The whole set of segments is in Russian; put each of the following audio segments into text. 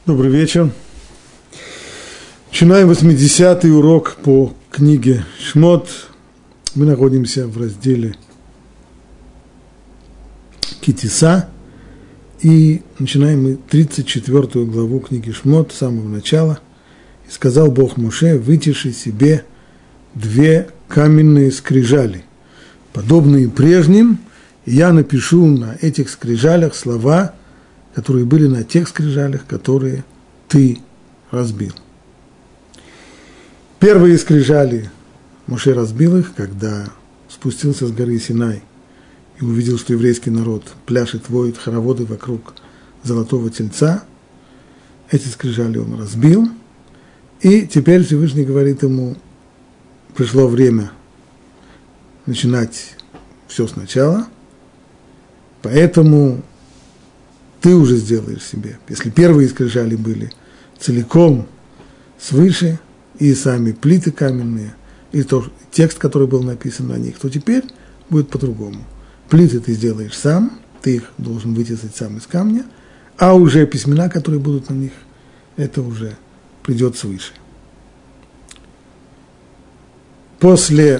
Добрый вечер. Начинаем 80-й урок по книге Шмот. Мы находимся в разделе Ки-Тиса. И начинаем мы 34 главу книги Шмот с самого начала. «И сказал Бог Моше: вытиши себе 2 каменные скрижали, подобные прежним, и я напишу на этих скрижалях слова, которые были на тех скрижалях, которые ты разбил». Первые скрижали Моше разбил их, когда спустился с горы Синай и увидел, что еврейский народ пляшет, воет хороводы вокруг золотого тельца. Эти скрижали он разбил, и теперь Всевышний говорит ему: пришло время начинать все сначала, поэтому ты уже сделаешь себе. Если первые скрижали были целиком свыше, и сами плиты каменные, и текст, который был написан на них, то теперь будет по-другому. Плиты ты сделаешь сам, ты их должен вытесать сам из камня, а уже письмена, которые будут на них, это уже придет свыше. После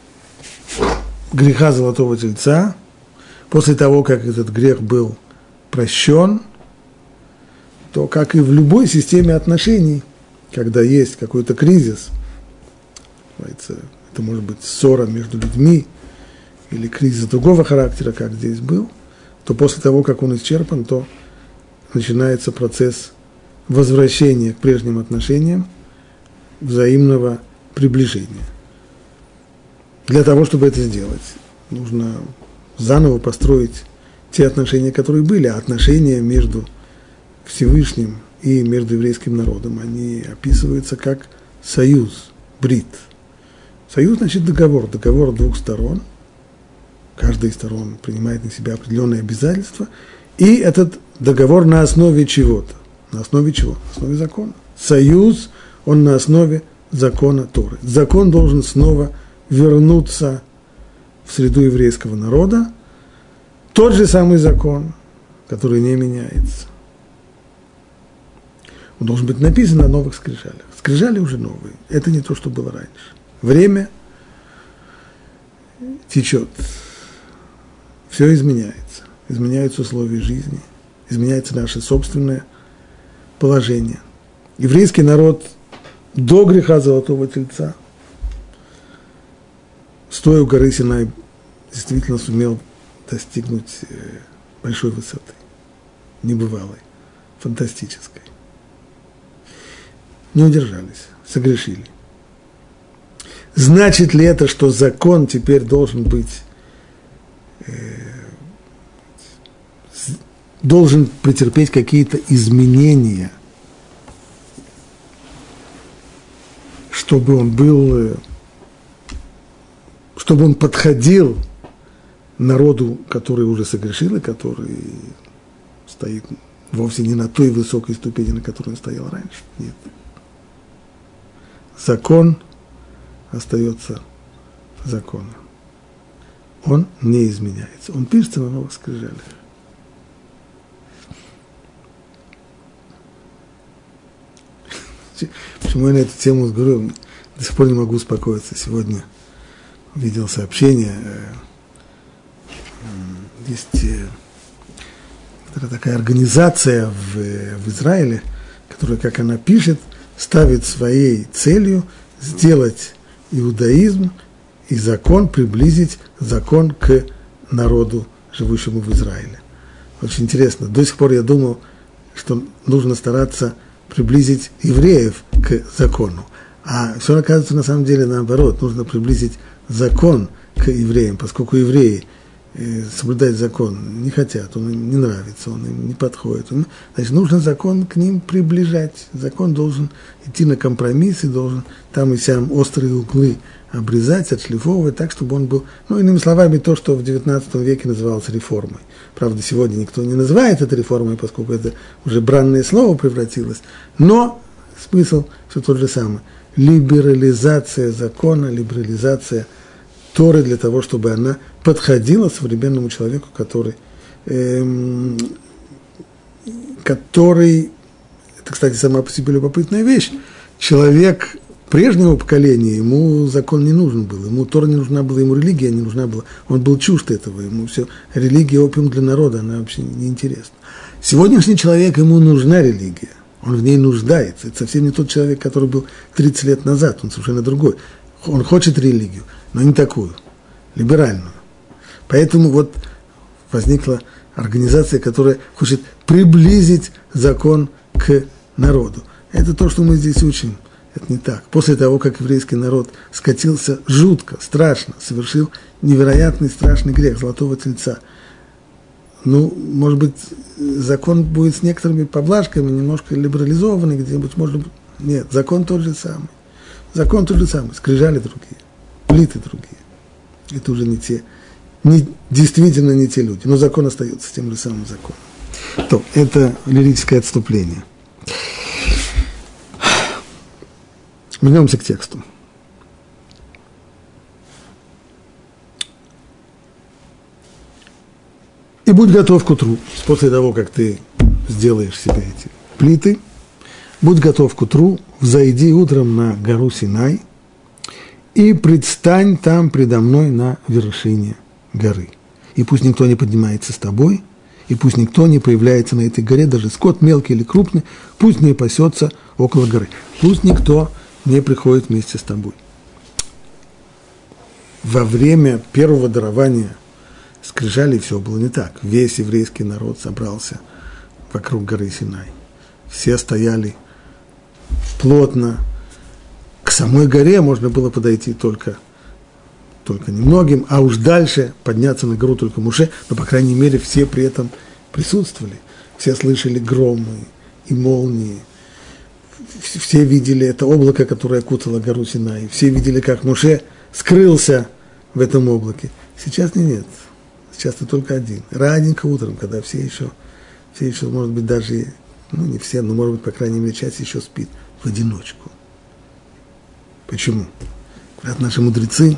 греха золотого тельца, после того, как этот грех был прощен, то, как и в любой системе отношений, когда есть какой-то кризис, это может быть ссора между людьми или кризис другого характера, как здесь был, то после того, как он исчерпан, то начинается процесс возвращения к прежним отношениям, взаимного приближения. Для того, чтобы это сделать, нужно заново построить те отношения, которые были, а отношения между Всевышним и между еврейским народом, они описываются как союз, брит. Союз значит договор двух сторон, каждая из сторон принимает на себя определенные обязательства, и этот договор на основе чего-то. На основе чего? На основе закона. Союз, он на основе закона Торы. Закон должен снова вернуться в среду еврейского народа, тот же самый закон, который не меняется. Он должен быть написан на новых скрижалях. Скрижали уже новые. Это не то, что было раньше. Время течет. Все изменяется. Изменяются условия жизни. Изменяется наше собственное положение. Еврейский народ до греха золотого тельца, стоя у горы Синай, действительно сумел достигнуть большой высоты, небывалой, фантастической. Не удержались, согрешили. Значит ли это, что закон теперь должен быть, должен претерпеть какие-то изменения, чтобы он был, чтобы он подходил народу, который уже согрешил, и который стоит вовсе не на той высокой ступени, на которой он стоял раньше? Нет. Закон остается законом. Он не изменяется. Он пишется на новых скрижалях. Почему я на эту тему говорю? До сих пор не могу успокоиться. Сегодня видел сообщение. Есть такая организация в Израиле, которая, как она пишет, ставит своей целью сделать иудаизм и закон, приблизить закон к народу, живущему в Израиле. Очень интересно. До сих пор я думал, что нужно стараться приблизить евреев к закону. А все оказывается на самом деле наоборот. Нужно приблизить закон к евреям, поскольку евреи соблюдать закон не хотят, он им не нравится, он им не подходит. Значит, нужно закон к ним приближать. Закон должен идти на компромиссы, должен там и сям острые углы обрезать, отшлифовывать так, чтобы он был, иными словами, то, что в XIX веке называлось реформой. Правда, сегодня никто не называет это реформой, поскольку это уже бранное слово превратилось, но смысл все тот же самый. Либерализация закона, либерализация Торы для того, чтобы она подходила современному человеку, который Это, кстати, сама по себе любопытная вещь. Человек прежнего поколения, ему закон не нужен был, ему Тора не нужна была, ему религия не нужна была. Он был чужд этого, ему все, религия опиум для народа, она вообще неинтересна. Сегодняшний человек, ему нужна религия, он в ней нуждается. Это совсем не тот человек, который был 30 лет назад, он совершенно другой. Он хочет религию, но не такую, либеральную. Поэтому вот возникла организация, которая хочет приблизить закон к народу. Это то, что мы здесь учим. Это не так. После того, как еврейский народ скатился жутко, страшно, совершил невероятный страшный грех золотого тельца. Ну, может быть, закон будет с некоторыми поблажками, немножко либерализованный, где-нибудь, может быть. Нет, закон тот же самый. Закон тот же самый. Скрижали другие, плиты другие. Это уже не те, действительно не те люди. Но закон остается тем же самым законом. То, это лирическое отступление. Вернемся к тексту. И будь готов к утру, после того, как ты сделаешь себе эти плиты, будь готов к утру, взойди утром на гору Синай и предстань там предо мной на вершине горы. И пусть никто не поднимается с тобой, и пусть никто не появляется на этой горе, даже скот мелкий или крупный, пусть не пасется около горы, пусть никто не приходит вместе с тобой. Во время первого дарования скрижалей все было не так. Весь еврейский народ собрался вокруг горы Синай. Все стояли плотно. К самой горе можно было подойти только немногим, а уж дальше подняться на гору только Моше, но, по крайней мере, все при этом присутствовали. Все слышали громы и молнии. Все видели это облако, которое окутало гору Синай. Все видели, как Моше скрылся в этом облаке. Сейчас нет. Сейчас ты только один. Раненько утром, когда все еще, может быть, даже, ну, не все, но, может быть, по крайней мере, часть еще спит в одиночку. Почему? Говорят наши мудрецы,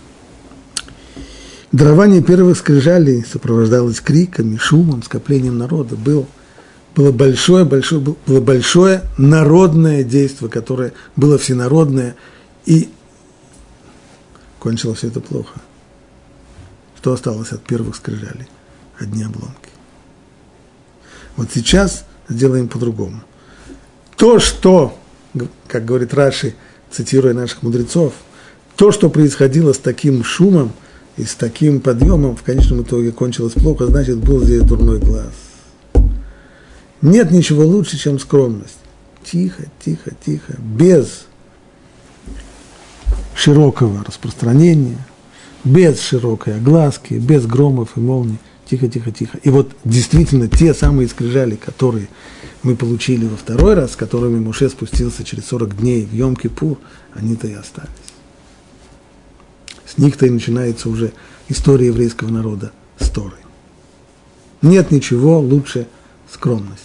дарование первых скрижалей сопровождалось криками, шумом, скоплением народа. Было большое народное действие, которое было всенародное, и кончилось все это плохо. Что осталось от первых скрижалей? Одни обломки. Вот сейчас сделаем по-другому. То, что, как говорит Раши, цитируя наших мудрецов, то, что происходило с таким шумом и с таким подъемом, в конечном итоге кончилось плохо, значит, был здесь дурной глаз. Нет ничего лучше, чем скромность. Тихо, тихо, тихо, без широкого распространения, без широкой огласки, без громов и молний. Тихо, тихо, тихо. И вот действительно те самые скрижали, которые мы получили во второй раз, с которыми Моше спустился через 40 дней в Йом-Кипур, они-то и остались. С них-то и начинается уже история еврейского народа с Торой. Нет ничего лучше скромности.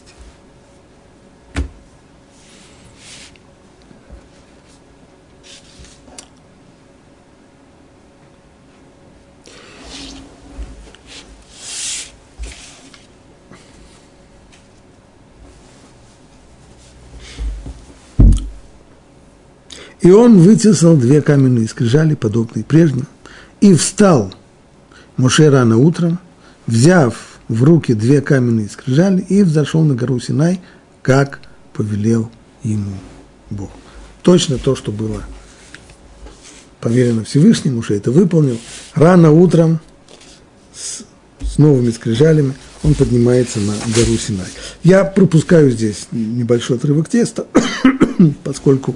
И он вытесал 2 каменные скрижали, подобные прежним, и встал Моше рано утром, взяв в руки 2 каменные скрижали, и взошел на гору Синай, как повелел ему Бог. Точно то, что было поверено Всевышнему, Моше это выполнил. Рано утром с новыми скрижалями он поднимается на гору Синай. Я пропускаю здесь небольшой отрывок текста, поскольку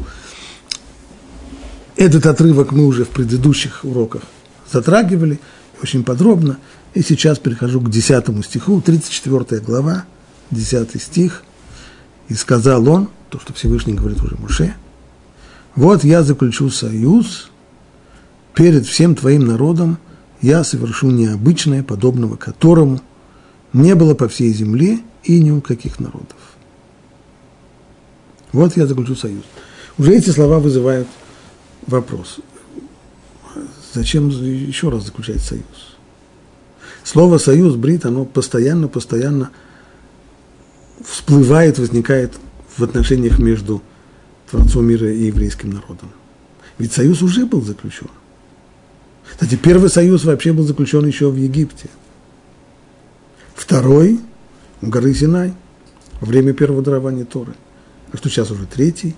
этот отрывок мы уже в предыдущих уроках затрагивали очень подробно. И сейчас перехожу к 10 стиху, 34 глава, 10 стих. «И сказал он», то, что Всевышний говорит уже Моше, «Вот я заключу союз, перед всем твоим народом я совершу необычное, подобного которому не было по всей земле и ни у каких народов». Вот я заключу союз. Уже эти слова вызывают вопрос. Зачем еще раз заключать союз? Слово «союз», «брит», оно постоянно всплывает, возникает в отношениях между Творцом мира и еврейским народом? Ведь союз уже был заключен. Кстати, первый союз вообще был заключен еще в Египте. Второй – у горы Синай, во время первого дарования Торы. А что сейчас уже третий?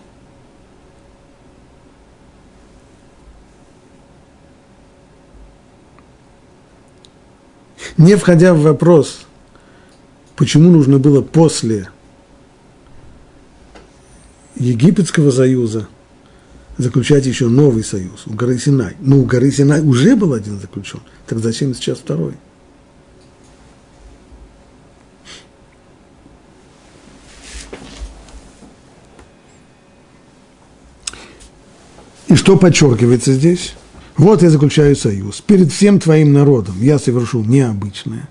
Не входя в вопрос, почему нужно было после Египетского союза заключать еще новый союз у горы Синай. Но у горы Синай уже был один заключен. Так зачем сейчас второй? И что подчеркивается здесь? Вот я заключаю союз. Перед всем твоим народом я совершу необычное,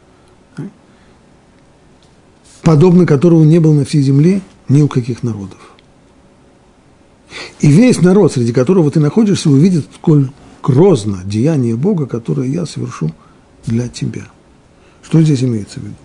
подобно которому не было на всей земле ни у каких народов. И весь народ, среди которого ты находишься, увидит, сколь грозно деяние Бога, которое я совершу для тебя. Что здесь имеется в виду?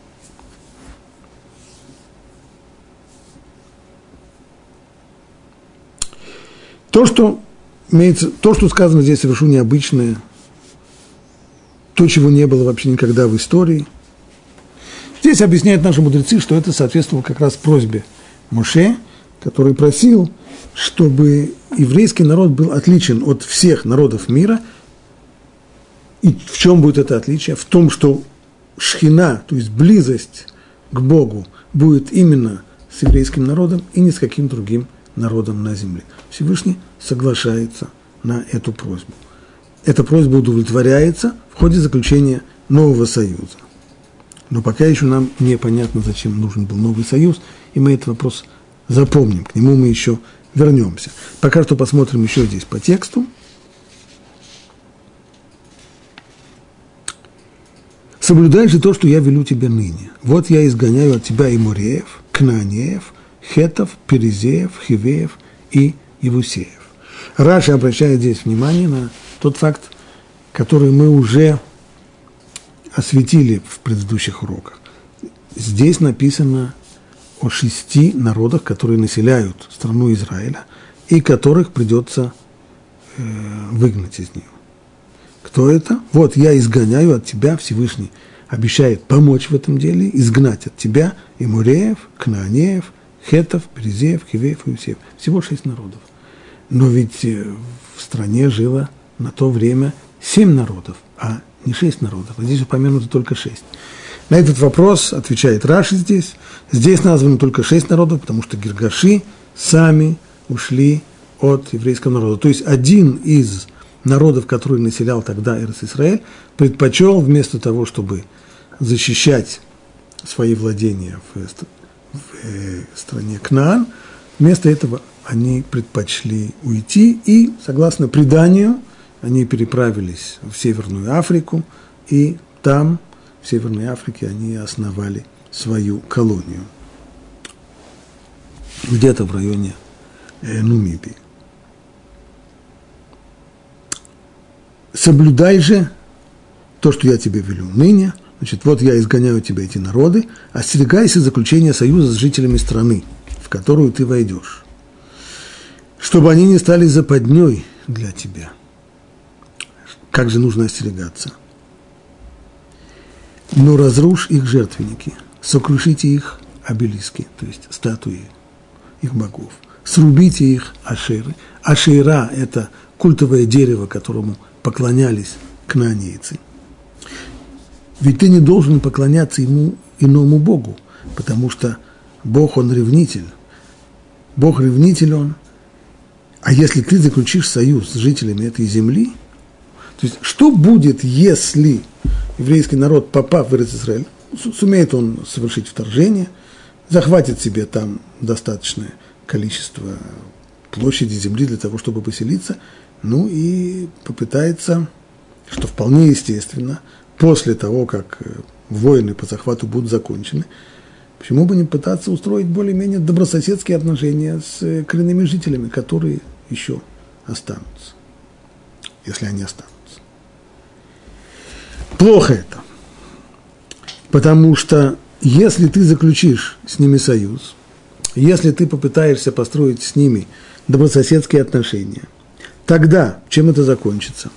То, что сказано здесь, совершу необычное, то, чего не было вообще никогда в истории. Здесь объясняют наши мудрецы, что это соответствовало как раз просьбе Моше, который просил, чтобы еврейский народ был отличен от всех народов мира. И в чем будет это отличие? В том, что шхина, то есть близость к Богу, будет именно с еврейским народом и ни с каким другим народом на земле. Всевышний соглашается на эту просьбу. Эта просьба удовлетворяется в ходе заключения нового союза. Но пока еще нам непонятно, зачем нужен был новый союз, и мы этот вопрос запомним, к нему мы еще вернемся. Пока что посмотрим еще здесь по тексту. «Соблюдай же то, что я велю тебе ныне. Вот я изгоняю от тебя Эмореев, Кнаанеев, Хетов, Перезеев, Хивеев и Евусеев». Раши обращает здесь внимание на тот факт, который мы уже осветили в предыдущих уроках. Здесь написано о 6 народах, которые населяют страну Израиля, и которых придется выгнать из нее. Кто это? Вот я изгоняю от тебя, Всевышний обещает помочь в этом деле, изгнать от тебя Эмореев, Кнаанеев, Хетов, Перезеев, Хивеев и Евусеев. Всего 6 народов. Но ведь в стране жило на то время 7 народов, а не 6 народов. А здесь упомянуто только 6. На этот вопрос отвечает Раши здесь. Здесь названо только 6 народов, потому что гиргаши сами ушли от еврейского народа. То есть один из народов, который населял тогда Эрец-Исраэль, предпочел вместо того, чтобы защищать свои владения в стране Кнаан, вместо этого они предпочли уйти, и, согласно преданию, они переправились в Северную Африку, и там, в Северной Африке, они основали свою колонию, где-то в районе Нумидии. «Соблюдай же то, что я тебе велю ныне». Значит, вот я изгоняю тебя эти народы, остерегайся заключения союза с жителями страны, в которую ты войдешь, чтобы они не стали западней для тебя. Как же нужно остерегаться? Но разрушь их жертвенники, сокрушите их обелиски, то есть статуи их богов, срубите их ашеры. Ашера – это культовое дерево, которому поклонялись кнаанейцы. Ведь ты не должен поклоняться ему иному Богу, потому что Бог, Он ревнитель. Бог ревнитель Он. А если ты заключишь союз с жителями этой земли, то есть что будет, если еврейский народ, попав в Эрец-Исраэль, сумеет он совершить вторжение, захватит себе там достаточное количество площади земли для того, чтобы поселиться, ну и попытается, что вполне естественно, после того, как войны по захвату будут закончены, почему бы не пытаться устроить более-менее добрососедские отношения с коренными жителями, которые еще останутся, если они останутся. Плохо это, потому что если ты заключишь с ними союз, если ты попытаешься построить с ними добрососедские отношения, тогда чем это закончится?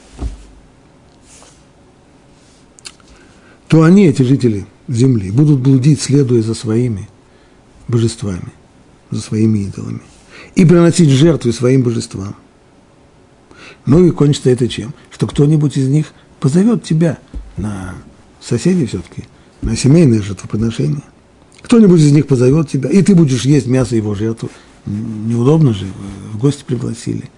То они, эти жители земли, будут блудить, следуя за своими божествами, за своими идолами, и приносить жертвы своим божествам. Ну и кончится это чем? Что кто-нибудь из них позовет тебя на соседей все-таки, на семейное жертвоприношение. Кто-нибудь из них позовет тебя, и ты будешь есть мясо его жертвы. Неудобно же, в гости пригласили.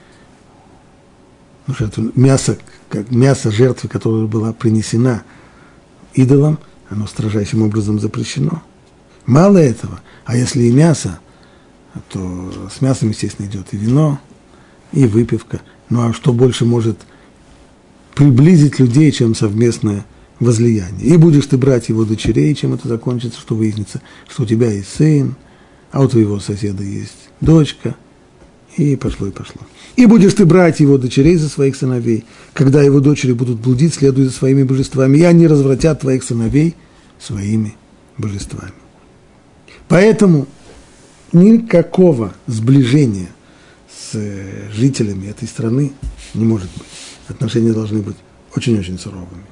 Мясо, как мясо жертвы, которая была принесена идолам, оно строжайшим образом запрещено. Мало этого, а если и мясо, то с мясом, естественно, идет и вино, и выпивка. Ну а что больше может приблизить людей, чем совместное возлияние? И будешь ты брать его дочерей, чем это закончится, что выяснится, что у тебя есть сын, а у твоего соседа есть дочка, и пошло, и пошло. И будешь ты брать его дочерей за своих сыновей, когда его дочери будут блудить, следуя за своими божествами, и они развратят твоих сыновей своими божествами. Поэтому никакого сближения с жителями этой страны не может быть. Отношения должны быть очень-очень суровыми.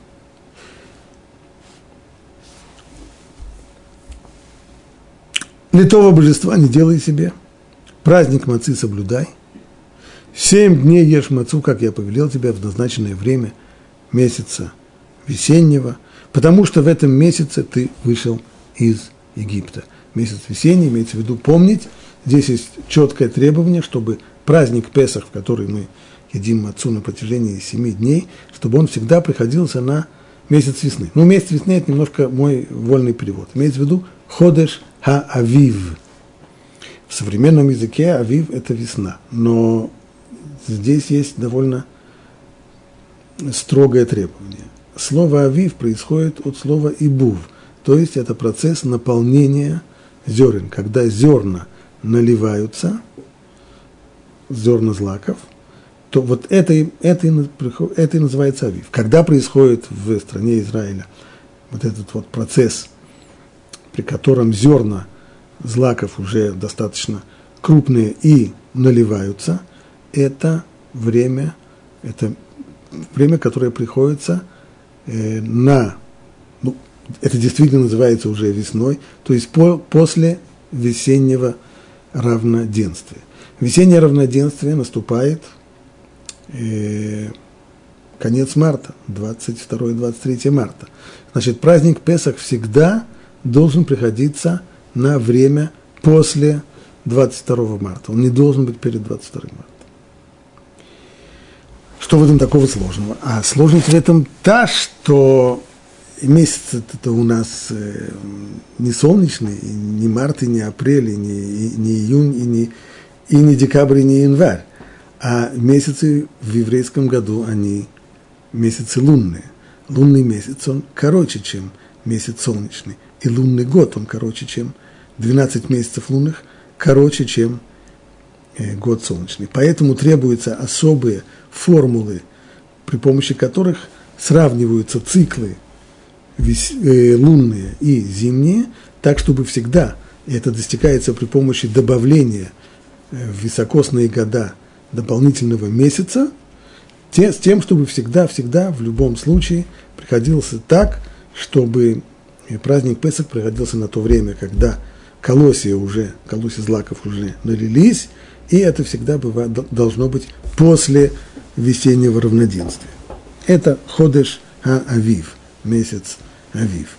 Литого божества не делай себе, праздник мацы соблюдай, 7 дней ешь мацу, как я повелел тебя, в назначенное время месяца весеннего, потому что в этом месяце ты вышел из Египта. Месяц весенний, имеется в виду помнить, здесь есть четкое требование, чтобы праздник Песах, в который мы едим мацу на протяжении 7 дней, чтобы он всегда приходился на месяц весны. Ну, месяц весны – это немножко мой вольный перевод. Имеется в виду ходеш ха-авив. В современном языке авив – это весна, но здесь есть довольно строгое требование. Слово «авив» происходит от слова «ибув», то есть это процесс наполнения зерен, когда зерна наливаются, зерна злаков, то вот это и называется авив. Когда происходит в стране Израиля вот этот вот процесс, при котором зерна злаков уже достаточно крупные и наливаются, это время, которое приходится это действительно называется уже весной, то есть после весеннего равноденствия. Весеннее равноденствие наступает конец марта, 22-23 марта. Значит, праздник Песах всегда должен приходиться на время после 22 марта. Он не должен быть перед 22 марта. Что в этом такого сложного? А сложность в этом та, что месяц это у нас не солнечный, не март, и не апрель, и не июнь, и не декабрь, и не январь. А месяцы в еврейском году, они месяцы лунные. Лунный месяц, он короче, чем месяц солнечный. И лунный год, он короче, чем 12 месяцев лунных, короче, чем год солнечный. Поэтому требуются особые формулы, при помощи которых сравниваются циклы лунные и зимние, так, чтобы всегда, и это достигается при помощи добавления в високосные года дополнительного месяца, с тем, чтобы всегда, в любом случае, приходился так, чтобы праздник Песах приходился на то время, когда колосья злаков уже налились, и это всегда должно быть после весеннего равноденствия. Это ходеш ха-авив, месяц авив.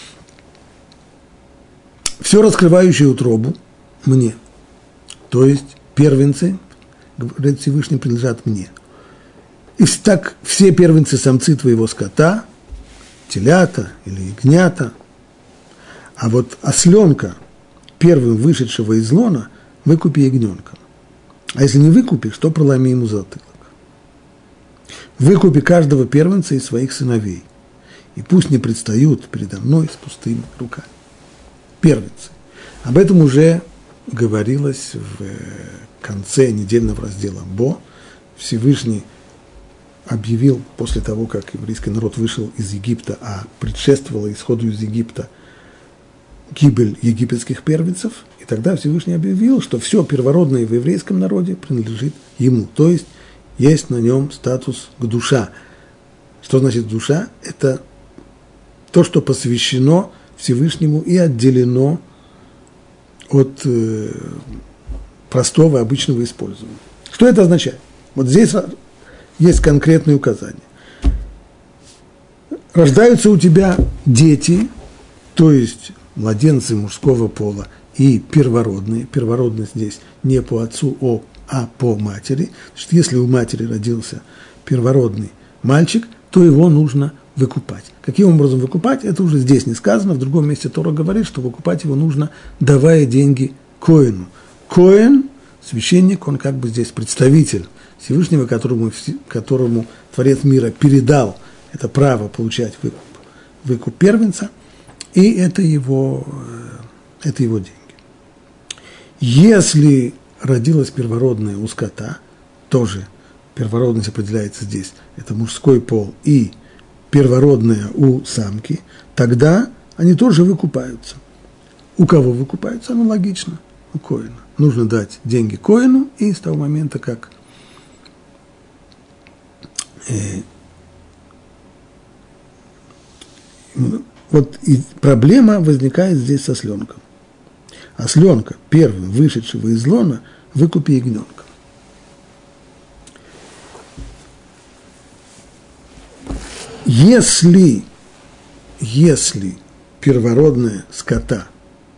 Все раскрывающее утробу мне, то есть первенцы, говорит Всевышний, принадлежат мне. И так все первенцы самцы твоего скота, телята или ягнята, а вот осленка, первым вышедшего из лона, выкупи ягненком. А если не выкупишь, то проломи ему затылок. Выкупи каждого первенца из своих сыновей, и пусть не предстают передо мной с пустыми руками. Первенцы. Об этом уже говорилось в конце недельного раздела Бо. Всевышний объявил после того, как еврейский народ вышел из Египта, а предшествовало исходу из Египта гибель египетских первенцев, и тогда Всевышний объявил, что все первородное в еврейском народе принадлежит ему, то есть на нем статус гдуша. Что значит душа? Это то, что посвящено Всевышнему и отделено от простого обычного использования. Что это означает? Вот здесь есть конкретные указания. Рождаются у тебя дети, то есть младенцы мужского пола и первородные. Первородность здесь не по отцу, а по матери. Значит, если у матери родился первородный мальчик, то его нужно выкупать. Каким образом выкупать, это уже здесь не сказано. В другом месте Тора говорит, что выкупать его нужно, давая деньги коэну. Коэн, священник, он как бы здесь представитель Всевышнего, которому Творец мира передал это право получать выкуп первенца, и это его деньги. Если родилась первородная у скота, тоже первородность определяется здесь, это мужской пол, и первородная у самки, тогда они тоже выкупаются. У кого выкупаются? Аналогично, у коэна. Нужно дать деньги коэну, и с того момента, как вот и проблема возникает здесь с осленком. Осленка, первым вышедшего из лона, выкупи ягненка. Если первородная скота,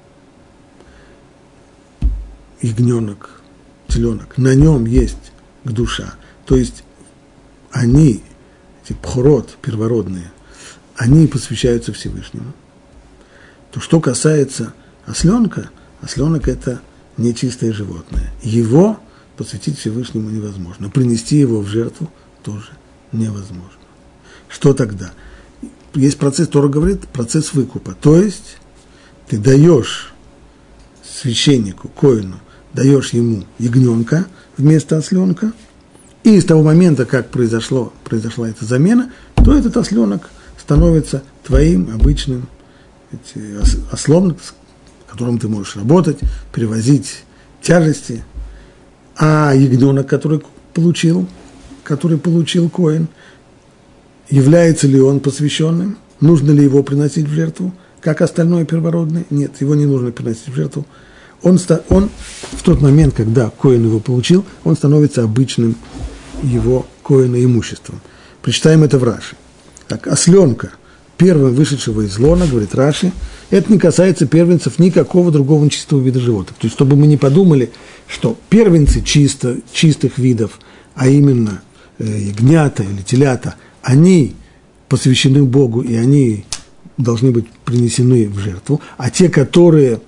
ягненок, теленок, на нем есть душа, то есть они, эти пхорот первородные, они посвящаются Всевышнему, то что касается осленка, осленок – это нечистое животное. Его посвятить Всевышнему невозможно. Принести его в жертву тоже невозможно. Что тогда? Есть процесс, Тора говорит, процесс выкупа. То есть ты даешь священнику, коэну, даешь ему ягненка вместо осленка, и с того момента, как произошла эта замена, то этот осленок становится твоим обычным ослом, с которым ты можешь работать, перевозить тяжести, а ягненок, который получил коэн, является ли он посвященным, нужно ли его приносить в жертву, как остальное первородное? Нет, его не нужно приносить в жертву. Он в тот момент, когда коэн его получил, он становится обычным его коэна имуществом. Прочитаем это в Раши. Так, осленка, первым вышедшего из лона, говорит Раши, это не касается первенцев никакого другого нечистого вида животных. То есть, чтобы мы не подумали, что первенцы чистых видов, а именно ягнята или телята, они посвящены Богу, и они должны быть принесены в жертву, а те, которые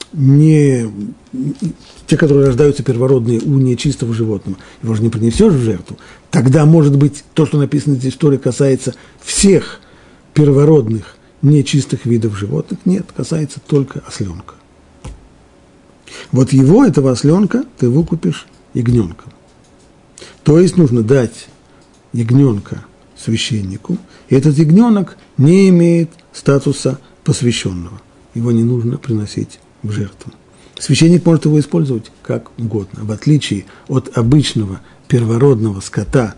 рождаются первородные у нечистого животного, его же не принесешь в жертву, тогда, может быть, то, что написано здесь в Торе, касается всех первородных нечистых видов животных. Нет, касается только осленка. Вот его, этого осленка, ты выкупишь ягненком. То есть нужно дать ягненка священнику, и этот ягненок не имеет статуса посвященного. Его не нужно приносить в жертву. Священник может его использовать как угодно. В отличие от обычного первородного скота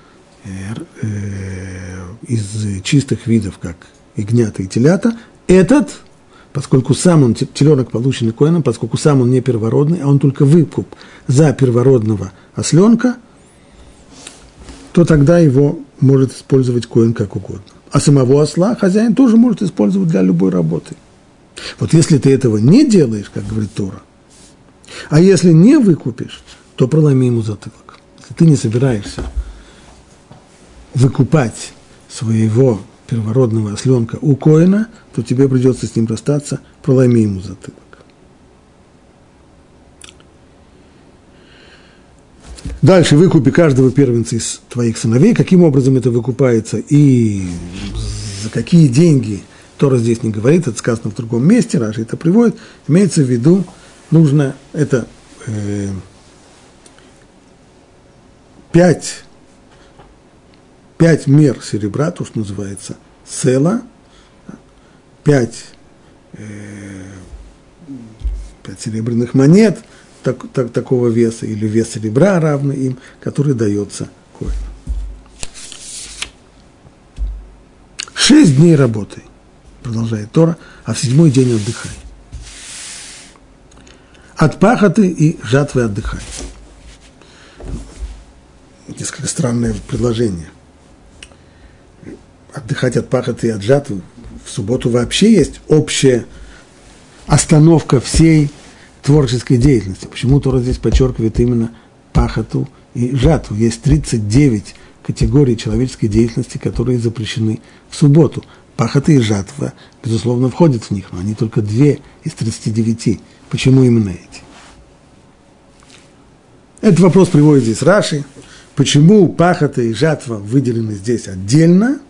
из чистых видов, как ягнята и телята, этот, поскольку сам он, теленок, полученный коэном, поскольку сам он не первородный, а он только выкуп за первородного осленка, то тогда его может использовать коэн как угодно. А самого осла хозяин тоже может использовать для любой работы. Вот если ты этого не делаешь, как говорит Тора, а если не выкупишь, то проломи ему затылок. Если ты не собираешься выкупать своего первородного осленка у коэна, то тебе придется с ним расстаться, проломи ему затылок. Дальше выкупи каждого первенца из твоих сыновей. Каким образом это выкупается и за какие деньги, Тора здесь не говорит, это сказано в другом месте, Раши это приводит. Имеется в виду, нужно это 5 мер серебра, то, что называется села, 5 5 серебряных монет такого веса, или вес серебра равный им, который дается коэну. 6 дней работай, продолжает Тора, а в 7-й день отдыхай. От пахоты и жатвы отдыхай. Несколько странное предложение. Отдыхать от пахоты и от жатвы. В субботу вообще есть общая остановка всей творческой деятельности. Почему Тора здесь подчеркивает именно пахоту и жатву? Есть 39 категорий человеческой деятельности, которые запрещены в субботу. Пахота и жатва, безусловно, входят в них, но они только 2 из 39. Почему именно эти? Этот вопрос приводит здесь Раши. Почему пахота и жатва выделены здесь отдельно?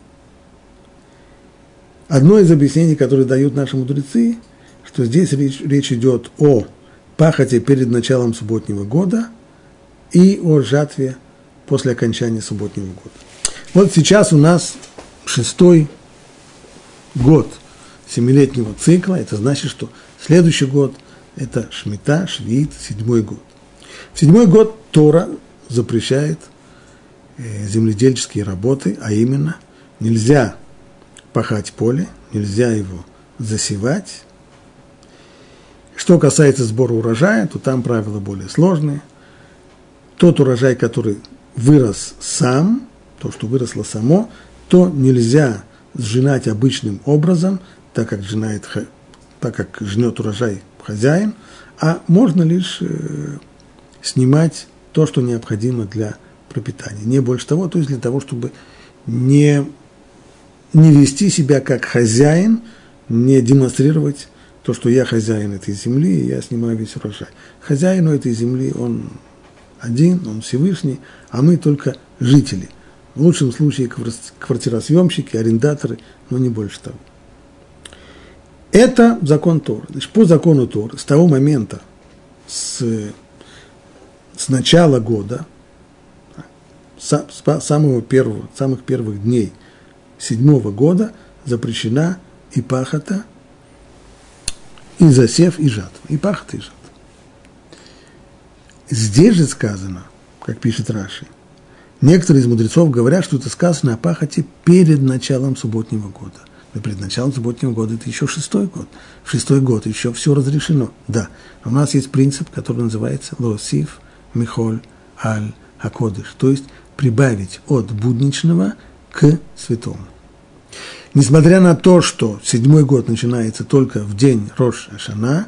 Одно из объяснений, которое дают наши мудрецы, что здесь речь идет о пахоте перед началом субботнего года и о жатве после окончания субботнего года. Вот сейчас у нас 6-й год 7-летнего цикла. Это значит, что следующий год – это Шмита, Швиит, 7-й год. В 7-й год Тора запрещает земледельческие работы, а именно нельзя пахать поле, нельзя его засевать. Что касается сбора урожая, то там правила более сложные. Тот урожай, который вырос сам, то, что выросло само, то нельзя сжинать обычным образом, так как жнет урожай хозяин, а можно лишь снимать то, что необходимо для пропитания. Не больше того, то есть для того, чтобы не вести себя как хозяин, не демонстрировать то, что я хозяин этой земли, и я снимаю весь урожай. Хозяин у этой земли, он один, он Всевышний, а мы только жители. В лучшем случае квартиросъемщики, арендаторы, но не больше того. Это закон Торы. Значит, по закону Торы, с того момента, с начала года, самых первых дней 7-го года запрещена и пахота, и засев, и жатва. И пахота, и жатва. Здесь же сказано, как пишет Раши, некоторые из мудрецов говорят, что это сказано о пахоте перед началом субботнего года. Но перед началом субботнего года это еще 6-й год. В 6-й год еще все разрешено. Да, у нас есть принцип, который называется лосиф михоль аль хакодыш, то есть прибавить от будничного к святому. Несмотря на то, что 7-й год начинается только в день Рош ха-Шана,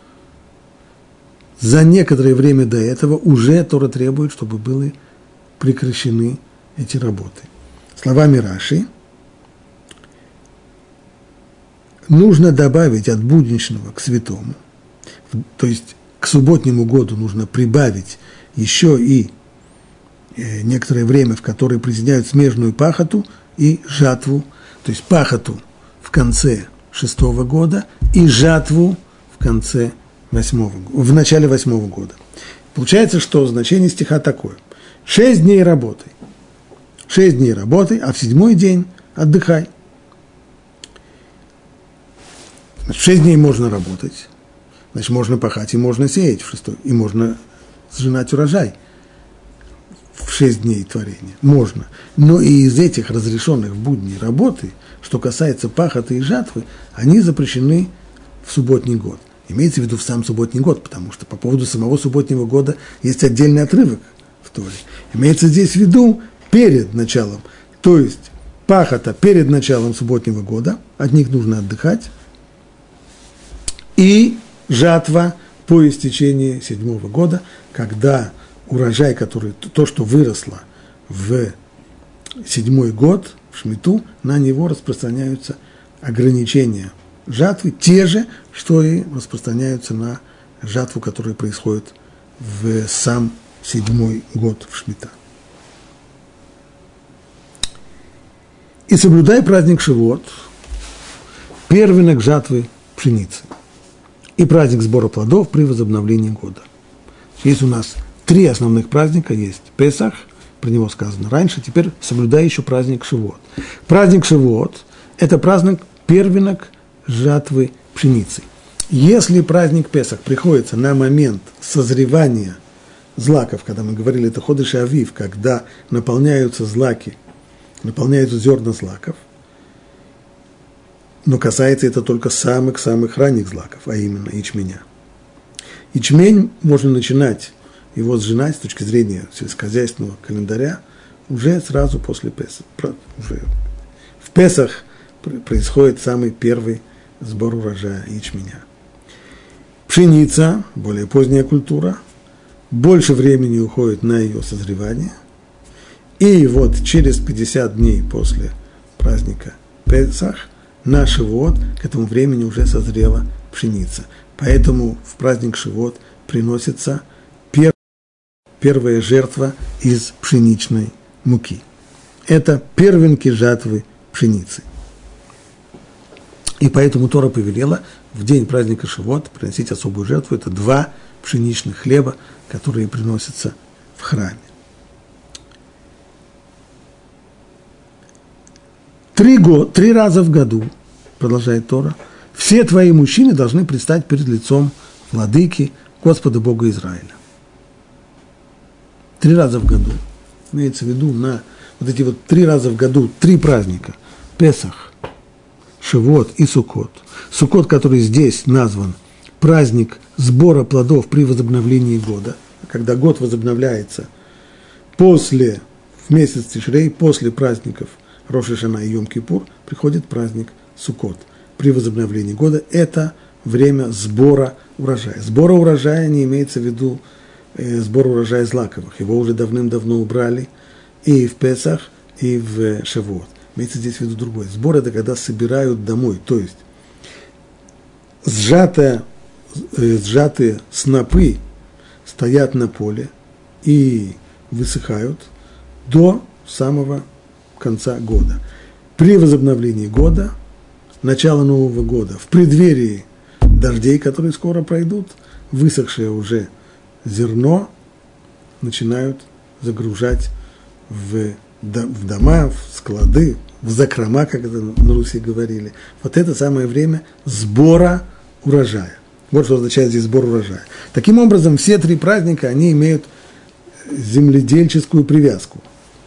за некоторое время до этого уже Тора требует, чтобы были прекращены эти работы. Словами Раши, нужно добавить от будничного к святому, то есть к субботнему году нужно прибавить еще и некоторое время, в которое присоединяют смежную пахоту и жатву, то есть пахоту в конце 6-го года и жатву в начале 8-го года. Получается, что значение стиха такое. 6 дней работай. 6 дней работай, а в 7-й день отдыхай. 6 дней можно работать, значит, можно пахать и можно сеять в 6-й, и можно сжинать урожай в 6 дней творения. Можно. Но и из этих разрешенных в будни работы, что касается пахоты и жатвы, они запрещены в субботний год. Имеется в виду в сам субботний год, потому что по поводу самого субботнего года есть отдельный отрывок в Торе. Имеется здесь в виду перед началом, то есть пахота перед началом субботнего года, от них нужно отдыхать, и жатва по истечении 7-го года, когда урожай, то, что выросло в 7-й год, в Шмиту, на него распространяются ограничения жатвы, те же, что и распространяются на жатву, которая происходит в сам 7-й год в Шмита. И соблюдай праздник Шивот, первенок жатвы пшеницы, и праздник сбора плодов при возобновлении года. Есть у нас 3 основных праздника, есть Песах, про него сказано раньше, теперь соблюдай еще праздник Шивот. Праздник Шивот – это праздник первенок жатвы пшеницей. Если праздник Песах приходится на момент созревания злаков, когда мы говорили, это Ходеш Авив, когда наполняются злаки, наполняются зерна злаков, но касается это только самых-самых ранних злаков, а именно ячменя. Ячмень можно начинать его сжинать с точки зрения сельскохозяйственного календаря уже сразу после Песах. Уже в Песах происходит самый первый сбор урожая ячменя. Пшеница, более поздняя культура, больше времени уходит на ее созревание. И вот через 50 дней после праздника Песах на Шивот к этому времени уже созрела пшеница. Поэтому в праздник Шивот приносится первая жертва из пшеничной муки. Это первенки жатвы пшеницы. И поэтому Тора повелела в день праздника Шивот приносить особую жертву. Это 2 пшеничных хлеба, которые приносятся в храме. 3 раза в году, продолжает Тора, все твои мужчины должны предстать перед лицом владыки Господа Бога Израиля. 3 раза в году. Имеется в виду на вот эти вот 3 раза в году 3 праздника. Песах, Шивот и Суккот. Суккот, который здесь назван праздник сбора плодов при возобновлении года, когда год возобновляется в месяц Тишрей, после праздников Рош ха-Шана и Йом-Кипур, приходит праздник Суккот. При возобновлении года это время сбора урожая. Сбора урожая не имеется в виду сбор урожая злаковых. Его уже давным-давно убрали и в Песах, и в Шавуот. Имеется здесь в виду другое. Сбор – это когда собирают домой, то есть сжатые снопы стоят на поле и высыхают до самого конца года. При возобновлении года, начала Нового года, в преддверии дождей, которые скоро пройдут, высохшее уже зерно начинают загружать в дома, в склады, в закрома, как это на Руси говорили. Вот это самое время сбора урожая. Вот что означает здесь сбор урожая. Таким образом, все 3 праздника, они имеют земледельческую привязку.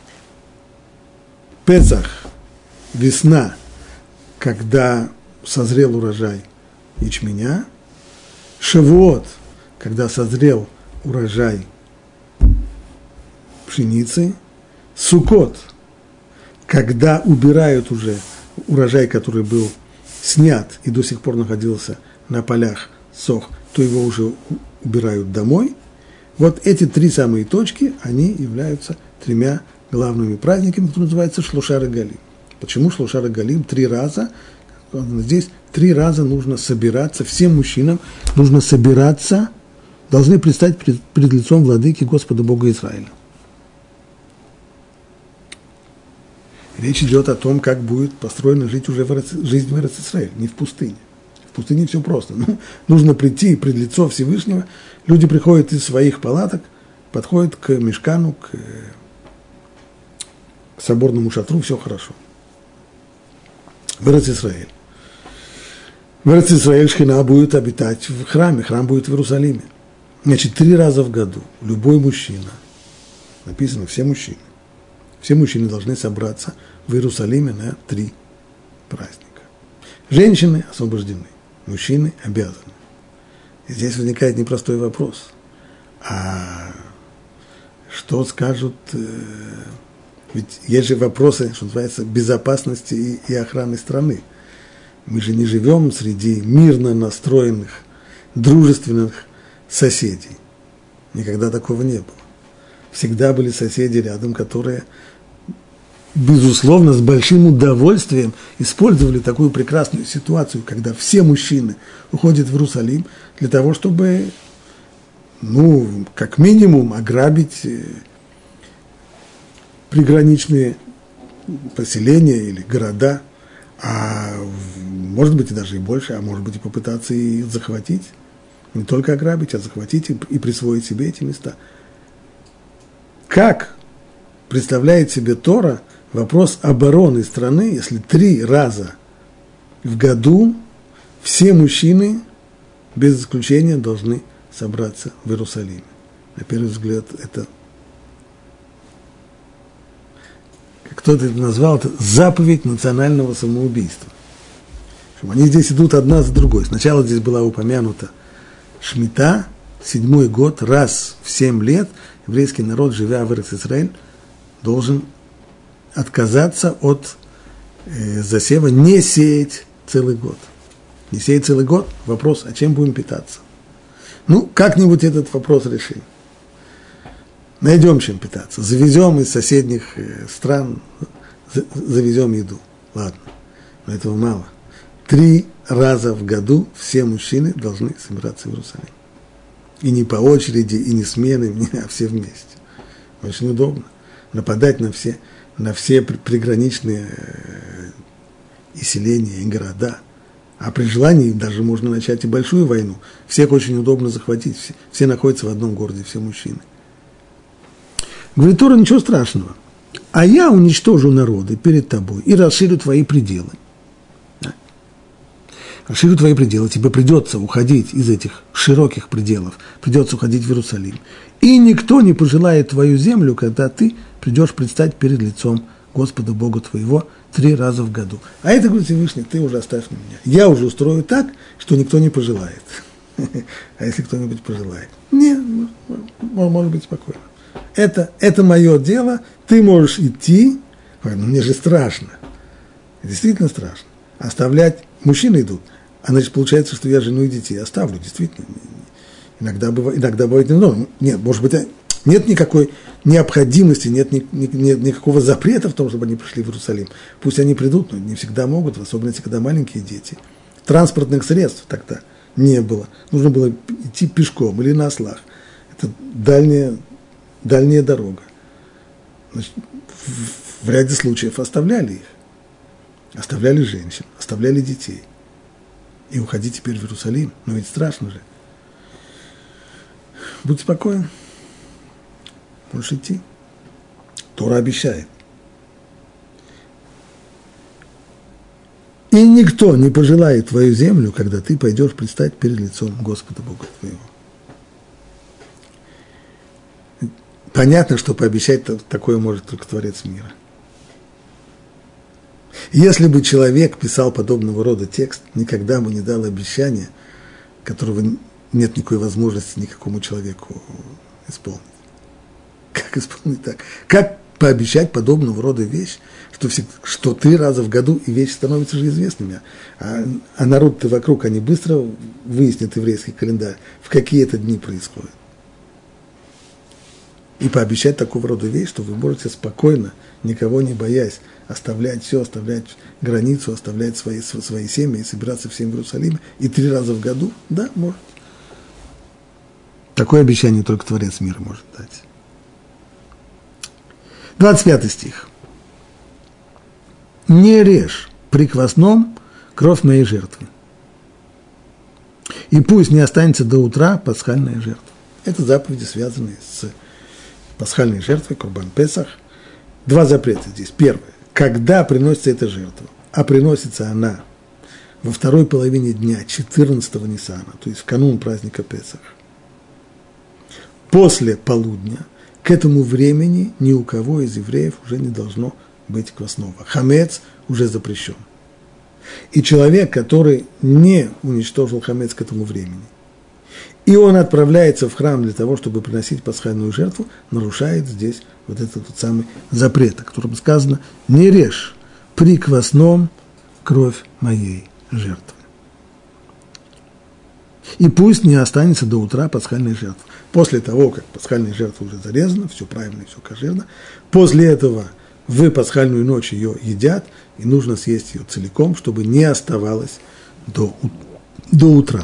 Песах – весна, когда созрел урожай ячменя. Шавуот – когда созрел урожай пшеницы. Суккот – когда убирают уже урожай, который был снят и до сих пор находился на полях, сох, то его уже убирают домой. Вот эти 3 самые точки, они являются 3 главными праздниками, которые называются Шлоша Регалим. Почему Шлоша Регалим? 3 раза. Здесь 3 раза нужно собираться, всем мужчинам нужно собираться, должны предстать перед лицом владыки Господа Бога Израиля. Речь идет о том, как будет построена жизнь в Эрец Исраэль, не в пустыне. В пустыне все просто. Нужно прийти пред лицо Всевышнего. Люди приходят из своих палаток, подходят к мишкану, к соборному шатру, все хорошо. В Эрец Исраэль. В Эрец Исраэль Шхина будет обитать в храме, храм будет в Иерусалиме. Значит, 3 раза в году любой мужчина, написано все мужчины должны собраться в Иерусалиме на 3 праздника. Женщины освобождены, мужчины обязаны. И здесь возникает непростой вопрос. А что скажут, ведь есть же вопросы, что называется, безопасности и охраны страны. Мы же не живем среди мирно настроенных, дружественных соседей. Никогда такого не было. Всегда были соседи рядом, которые, безусловно, с большим удовольствием использовали такую прекрасную ситуацию, когда все мужчины уходят в Иерусалим для того, чтобы, как минимум, ограбить приграничные поселения или города, а может быть и даже и больше, а может быть и попытаться их захватить. Не только ограбить, а захватить и присвоить себе эти места. Как представляет себе Тора вопрос обороны страны, если 3 раза в году все мужчины, без исключения, должны собраться в Иерусалиме. На первый взгляд, это, как кто-то это назвал, это заповедь национального самоубийства. Они здесь идут одна за другой. Сначала здесь была упомянута Шмита, 7-й год, раз в 7 лет еврейский народ, живя в Эрец-Исраэль, должен отказаться от засева, не сеять целый год. Не сеять целый год, вопрос, а чем будем питаться? Ну, как-нибудь этот вопрос решим. Найдем чем питаться. Завезем из соседних стран, завезем еду. Ладно, но этого мало. 3 раза в году все мужчины должны собираться в Иерусалим. И не по очереди, и не сменами, а все вместе. Очень удобно. Нападать на все приграничные и селения, и города. А при желании даже можно начать и большую войну. Всех очень удобно захватить. Все находятся в одном городе, все мужчины. Говорит Тора, ничего страшного. А я уничтожу народы перед тобой и расширю твои пределы. Расширю твои пределы, тебе придется уходить из этих широких пределов, придется уходить в Иерусалим. И никто не пожелает твою землю, когда ты придешь предстать перед лицом Господа Бога твоего 3 раза в году. А это, говорит Всевышний, ты уже оставь на меня. Я уже устрою так, что никто не пожелает. А если кто-нибудь пожелает? Нет, может быть спокойно. Это мое дело, ты можешь идти. Но мне же страшно. Действительно страшно. Оставлять, мужчины идут. А значит, получается, что я жену и детей оставлю, действительно. Иногда бывает немного. Нет, может быть, нет никакой необходимости, нет никакого запрета в том, чтобы они пришли в Иерусалим. Пусть они придут, но не всегда могут, в особенности, когда маленькие дети. Транспортных средств тогда не было. Нужно было идти пешком или на ослах. Это дальняя дорога. Значит, в ряде случаев оставляли их. Оставляли женщин, оставляли детей. И уходи теперь в Иерусалим. Но ведь страшно же. Будь спокоен. Можешь идти. Тора обещает. И никто не пожелает твою землю, когда ты пойдешь предстать перед лицом Господа Бога твоего. Понятно, что пообещать такое может только Творец мира. Если бы человек писал подобного рода текст, никогда бы не дал обещания, которого нет никакой возможности никакому человеку исполнить. Как исполнить так? Как пообещать подобного рода вещь, что 3 раза в году и вещи становятся же известными, а народ-то вокруг, они быстро выяснят еврейский календарь, в какие это дни происходят. И пообещать такого рода вещь, что вы можете спокойно, никого не боясь, оставлять все, оставлять границу, оставлять свои семьи и собираться всем в Иерусалиме, и 3 раза в году, да, может. Такое обещание только Творец мира может дать. 25 стих. «Не режь при квасном кровь моей жертвы, и пусть не останется до утра пасхальная жертва». Это заповеди, связанные с пасхальной жертвой, Корбан Песах. 2 запрета здесь. Первое. Когда приносится эта жертва, а приносится она во второй половине дня 14-го Ниссана, то есть в канун праздника Песах, после полудня, к этому времени ни у кого из евреев уже не должно быть квасного. Хамец уже запрещен. И человек, который не уничтожил хамец к этому времени, и он отправляется в храм для того, чтобы приносить пасхальную жертву, нарушает здесь вот этот вот самый запрет, о котором сказано: «Не режь при квасном кровь моей жертвы». И пусть не останется до утра пасхальной жертвы. После того, как пасхальная жертва уже зарезана, все правильно, все кошерно, после этого в пасхальную ночь ее едят, и нужно съесть ее целиком, чтобы не оставалось до утра.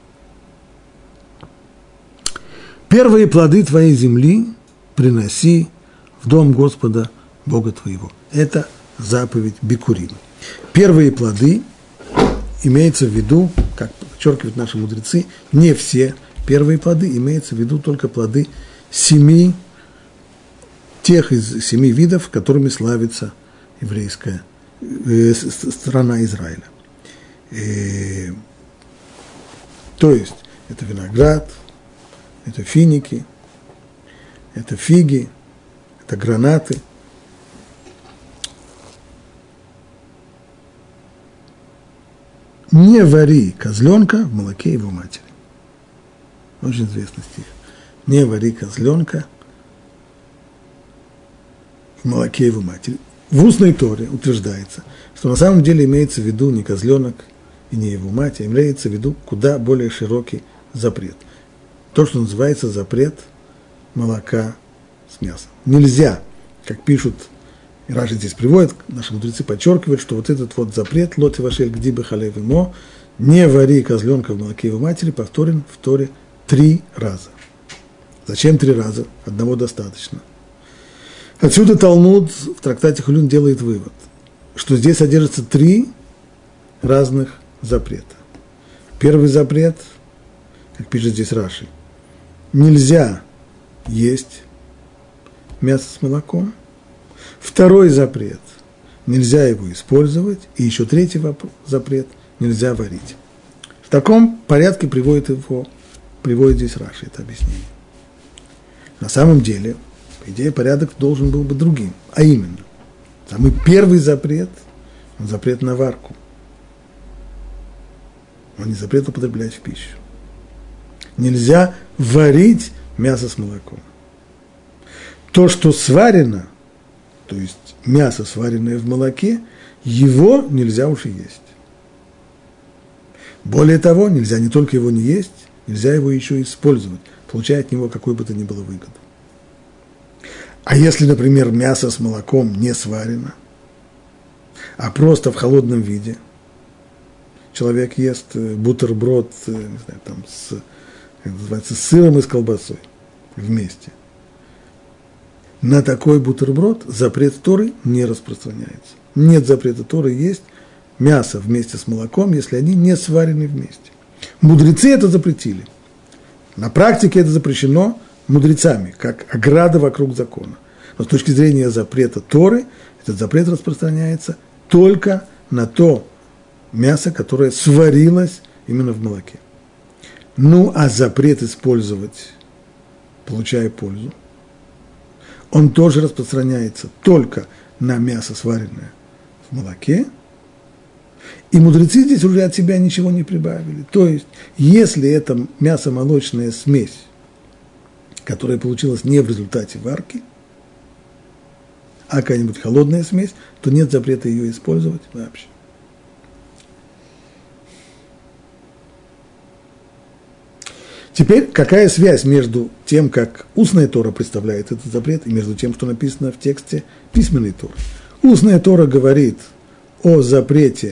Первые плоды твоей земли приноси в дом Господа Бога твоего. Это заповедь Бикурим. Первые плоды имеется в виду, как подчеркивают наши мудрецы, не все первые плоды, имеется в виду только плоды тех из 7 видов, которыми славится еврейская страна Израиля. То есть это виноград, это финики, это фиги, это гранаты. Не вари козленка в молоке его матери. Очень известный стих. Не вари козленка в молоке его матери. В устной Торе утверждается, что на самом деле имеется в виду не козленок и не его мать, а имеется в виду куда более широкий запрет. То, что называется запрет молока с мясом. Нельзя, как пишут, и Раши здесь приводит, наши мудрецы подчеркивают, что вот этот вот запрет «Лоти вашель гди бехалев имо» «Не вари козленка в молоке его матери» повторен в Торе 3 раза. Зачем 3 раза? Одного достаточно. Отсюда Талмуд в трактате Хулин делает вывод, что здесь содержится 3 разных запрета. Первый запрет, как пишет здесь Раши, нельзя есть мясо с молоком. Второй запрет – нельзя его использовать. И еще третий запрет – нельзя варить. В таком порядке приводит здесь Раши это объяснение. На самом деле, по идее, порядок должен был быть другим. А именно, самый первый запрет – запрет на варку. Он не запрет употреблять в пищу. Нельзя варить мясо с молоком. То, что сварено, то есть мясо, сваренное в молоке, его нельзя уж и есть. Более того, нельзя не только его не есть, нельзя его еще и использовать, получая от него какую бы то ни было выгоду. А если, например, мясо с молоком не сварено, а просто в холодном виде, человек ест бутерброд, не знаю, там, как называется, с сыром и с колбасой вместе, на такой бутерброд запрет Торы не распространяется. Нет запрета Торы есть мясо вместе с молоком, если они не сварены вместе. Мудрецы это запретили. На практике это запрещено мудрецами, как ограда вокруг закона. Но с точки зрения запрета Торы, этот запрет распространяется только на то мясо, которое сварилось именно в молоке. Ну, а запрет использовать, получая пользу, он тоже распространяется только на мясо, сваренное в молоке. И мудрецы здесь уже от себя ничего не прибавили. То есть, если это мясо-молочная смесь, которая получилась не в результате варки, а какая-нибудь холодная смесь, то нет запрета ее использовать вообще. Теперь, какая связь между тем, как устная Тора представляет этот запрет, и между тем, что написано в тексте письменной Торы? Устная Тора говорит о запрете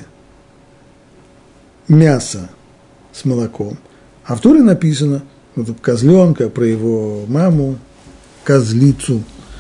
мяса с молоком, а в Торе написано вот, козленка, про его маму, козлицу.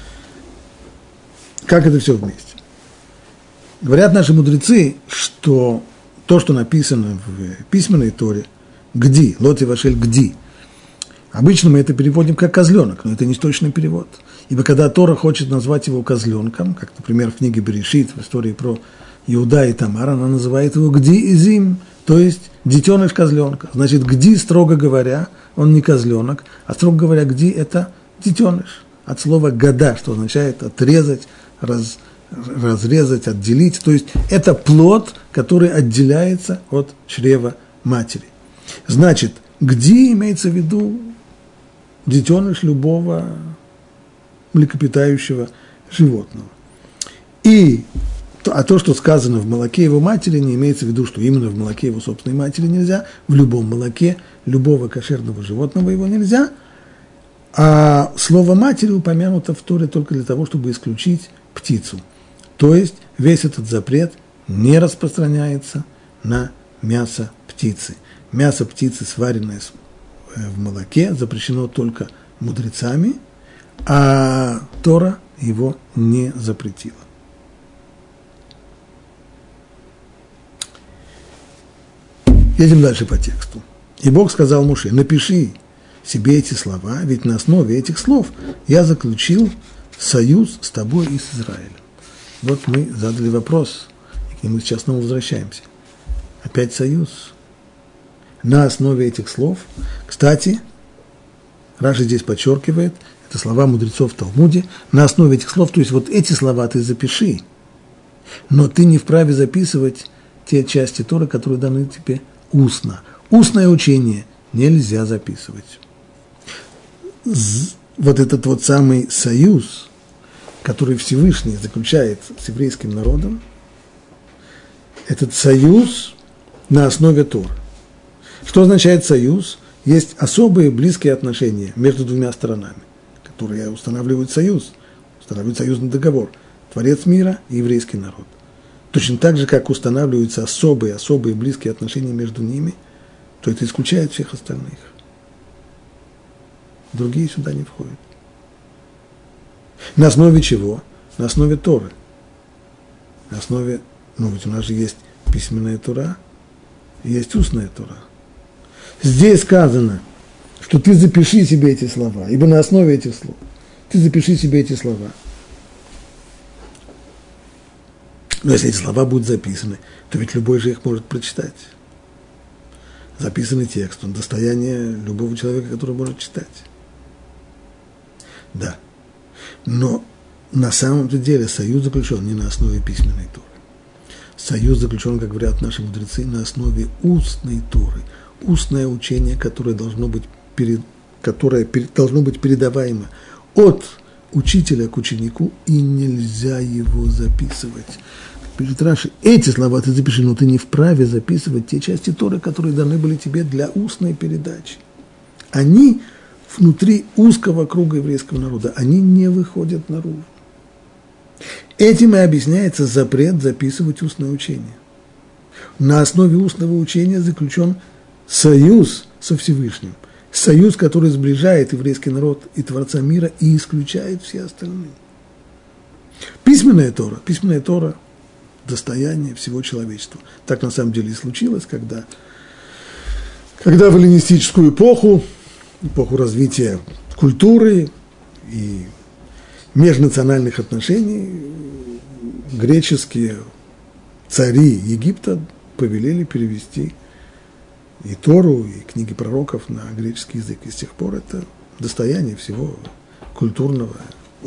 Как это все вместе? Говорят наши мудрецы, что то, что написано в письменной Торе, гди, лоти вашель гди, обычно мы это переводим как козленок, но это не точный перевод. Ибо когда Тора хочет назвать его козленком, как, например, в книге Берешит, в истории про Иуда и Тамар, она называет его гди и зим, то есть детеныш козленка. Значит, гди, строго говоря, он не козленок, а строго говоря, гди – это детеныш. От слова гада, что означает отрезать, разрезать, отделить. То есть это плод, который отделяется от чрева матери. Значит, гди имеется в виду детеныш любого млекопитающего животного. А то, что сказано в молоке его матери, не имеется в виду, что именно в молоке его собственной матери нельзя, в любом молоке любого кошерного животного его нельзя, а слово матери упомянуто в Торе только для того, чтобы исключить птицу. То есть весь этот запрет не распространяется на мясо птицы. Мясо птицы, сваренное в молоке, запрещено только мудрецами, а Тора его не запретила. Едем дальше по тексту. И Бог сказал Моше: напиши себе эти слова, ведь на основе этих слов я заключил союз с тобой и с Израилем. Вот мы задали вопрос, и к нему сейчас снова возвращаемся. Опять союз. на основе этих слов. Кстати, Раши здесь подчеркивает, это слова мудрецов в Талмуде, на основе этих слов, то есть вот эти слова ты запиши, но ты не вправе записывать те части Торы, которые даны тебе устно. Устное учение нельзя записывать. Вот этот вот самый союз, который Всевышний заключает с еврейским народом, этот союз на основе Торы. Что означает союз? Есть особые близкие отношения между двумя сторонами, которые устанавливают союзный договор. Творец мира и еврейский народ. Точно так же, как устанавливаются особые близкие отношения между ними, то это исключает всех остальных. Другие сюда не входят. На основе чего? На основе Торы. На основе, ведь у нас же есть письменная Тора, и есть устная Тора. Здесь сказано, что ты запиши себе эти слова, ибо на основе этих слов ты запиши себе эти слова. Но если эти слова будут записаны, то ведь любой же их может прочитать. Записанный текст, он достояние любого человека, который может читать. Да. Но на самом-то деле союз заключен не на основе письменной Торы. Союз заключен, как говорят наши мудрецы, на основе устной Торы. Устное учение, которое должно быть передаваемо от учителя к ученику, и нельзя его записывать. Пишет Раши, эти слова ты запиши, но ты не вправе записывать те части Торы, которые даны были тебе для устной передачи. Они внутри узкого круга еврейского народа, они не выходят наружу. Этим и объясняется запрет записывать устное учение. На основе устного учения заключен союз со Всевышним. Союз, который сближает еврейский народ и Творца мира и исключает все остальные. Письменная Тора – достояние всего человечества. Так на самом деле и случилось, когда в эллинистическую эпоху развития культуры и межнациональных отношений, греческие цари Египта повелели перевести и Тору, и книги пророков на греческий язык. И с тех пор это достояние всего культурного,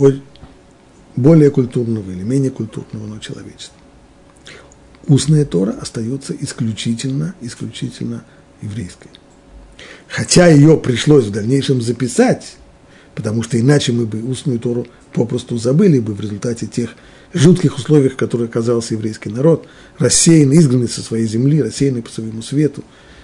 более культурного или менее культурного, но человечества. Устная Тора остается исключительно еврейской. Хотя ее пришлось в дальнейшем записать, потому что иначе мы бы устную Тору попросту забыли бы в результате тех жутких условиях, в которых оказался еврейский народ, рассеянный, изгнанный со своей земли, рассеянный по своему свету,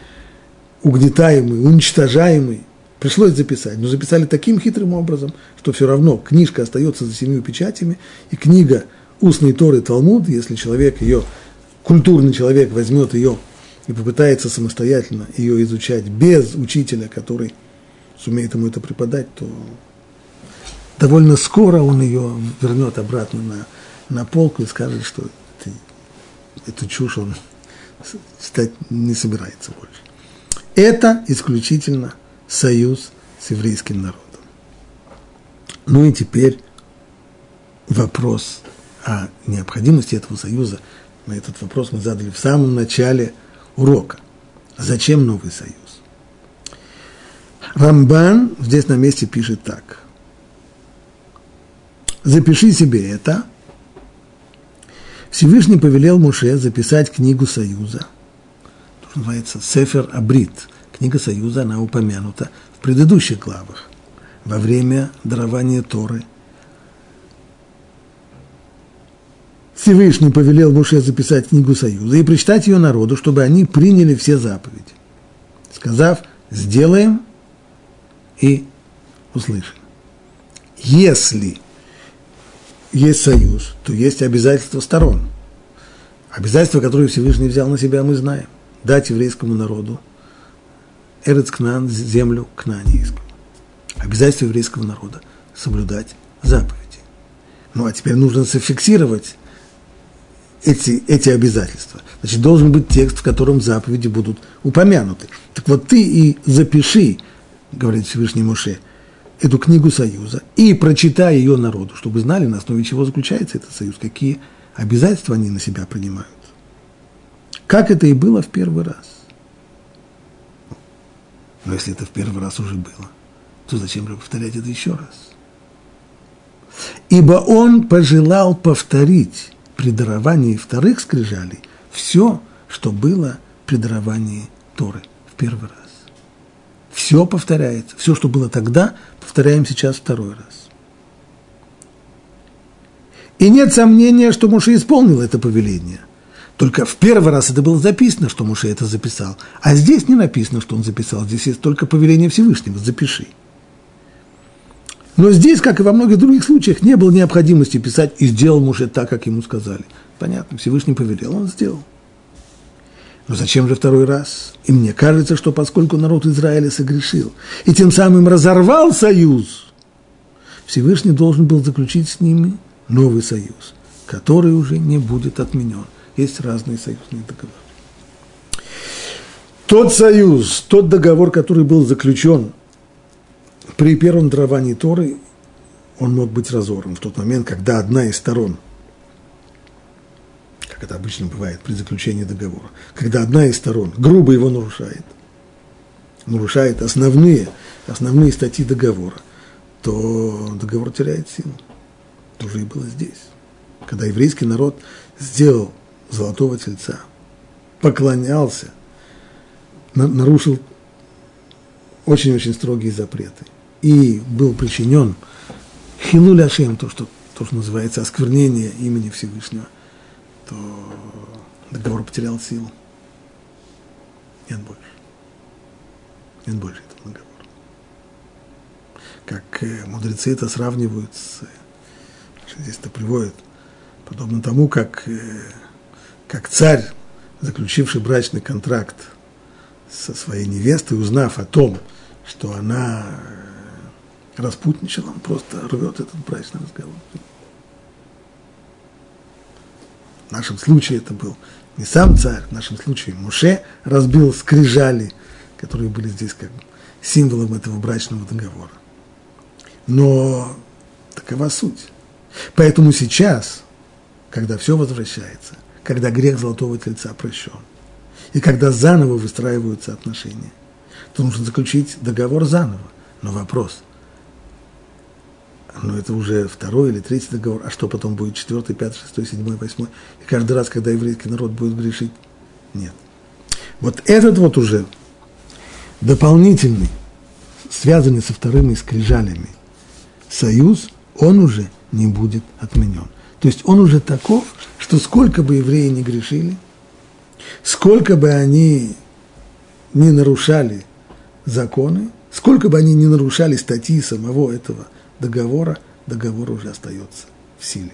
угнетаемый, уничтожаемый. Пришлось записать, но записали таким хитрым образом, что все равно книжка остается за 7 печатями, и книга устной Торы Талмуд, если культурный человек возьмет ее и попытается самостоятельно ее изучать без учителя, который сумеет ему это преподать, то довольно скоро он ее вернет обратно на полку и скажет, что эту чушь он читать не собирается больше. Это исключительно союз с еврейским народом. Ну и теперь вопрос о необходимости этого союза. На этот вопрос мы задали в самом начале урока. Зачем новый союз? Рамбан здесь на месте пишет так. Запиши себе это. Всевышний повелел Моше записать книгу Союза. То, что называется Сефер Абрит. Книга Союза, она упомянута в предыдущих главах. Во время дарования Торы. Всевышний повелел Моше записать книгу Союза и прочитать ее народу, чтобы они приняли все заповеди, сказав, сделаем и услышим. Если есть союз, то есть обязательства сторон. Обязательства, которые Всевышний взял на себя, мы знаем. Дать еврейскому народу Эрец Кнаан, землю кнаанейскую. Обязательство еврейского народа – соблюдать заповеди. Ну, а теперь нужно зафиксировать эти обязательства. Значит, должен быть текст, в котором заповеди будут упомянуты. Так вот, ты и запиши, говорит Всевышний Моше, эту книгу Союза и прочитай ее народу, чтобы знали, на основе чего заключается этот союз, какие обязательства они на себя принимают. Как это и было в первый раз. Но если это в первый раз уже было, то зачем же повторять это еще раз? Ибо он пожелал повторить при даровании вторых скрижалей все, что было при даровании Торы в первый раз. Все повторяется. Все, что было тогда, повторяем сейчас второй раз. И нет сомнения, что Моше исполнил это повеление. Только в первый раз это было записано, что Моше это записал. А здесь не написано, что он записал. Здесь есть только повеление Всевышнего. Запиши. Но здесь, как и во многих других случаях, не было необходимости писать «и сделал Моше так, как ему сказали». Понятно, Всевышний повелел, он сделал. Но зачем же второй раз? И мне кажется, что поскольку народ Израиля согрешил и тем самым разорвал союз, Всевышний должен был заключить с ними новый союз, который уже не будет отменен. Есть разные союзные договоры. Тот союз, тот договор, который был заключен при первом даровании Торы, он мог быть разорван в тот момент, когда одна из сторон, как это обычно бывает при заключении договора, когда одна из сторон грубо его нарушает основные статьи договора, то договор теряет силу. То же и было здесь. Когда еврейский народ сделал золотого тельца, поклонялся, нарушил очень-очень строгие запреты и был причинен хилуль ашем, то, что называется осквернение имени Всевышнего, то договор потерял силу. Нет больше. Нет больше этого договора. Как мудрецы это сравнивают здесь это приводит, подобно тому, как царь, заключивший брачный контракт со своей невестой, узнав о том, что она распутничала, он просто рвет этот брачный разговор. В нашем случае это был не сам царь, в нашем случае Моше разбил скрижали, которые были здесь как символом этого брачного договора. Но такова суть. Поэтому сейчас, когда все возвращается, когда грех золотого тельца прощен, и когда заново выстраиваются отношения, то нужно заключить договор заново. Но вопрос, но это уже второй или третий договор, а что потом будет, 4, 5, 6, 7, 8, и каждый раз, когда еврейский народ будет грешить? Нет. Вот этот вот уже дополнительный, связанный со вторыми скрижалями союз, он уже не будет отменен. То есть он уже таков, что сколько бы евреи ни грешили, сколько бы они ни нарушали законы, сколько бы они ни нарушали статьи самого этого договора, договор уже остается в силе.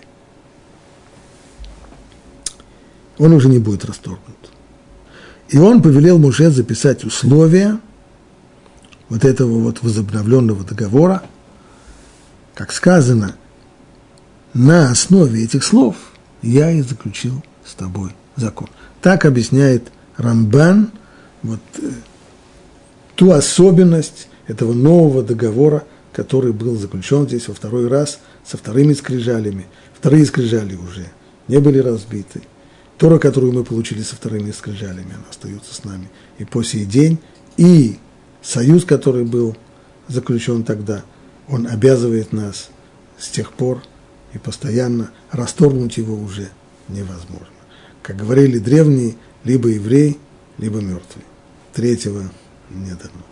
Он уже не будет расторгнут. И он повелел Моше записать условия вот этого вот возобновленного договора, как сказано, на основе этих слов я и заключил с тобой закон. Так объясняет Рамбан вот ту особенность этого нового договора, который был заключен здесь во второй раз со вторыми скрижалями. Вторые скрижали уже не были разбиты. Тора, которую мы получили со вторыми скрижалями, она остается с нами и по сей день. И союз, который был заключен тогда, он обязывает нас с тех пор и постоянно, расторгнуть его уже невозможно. Как говорили древние, либо еврей, либо мертвый. Третьего не дано.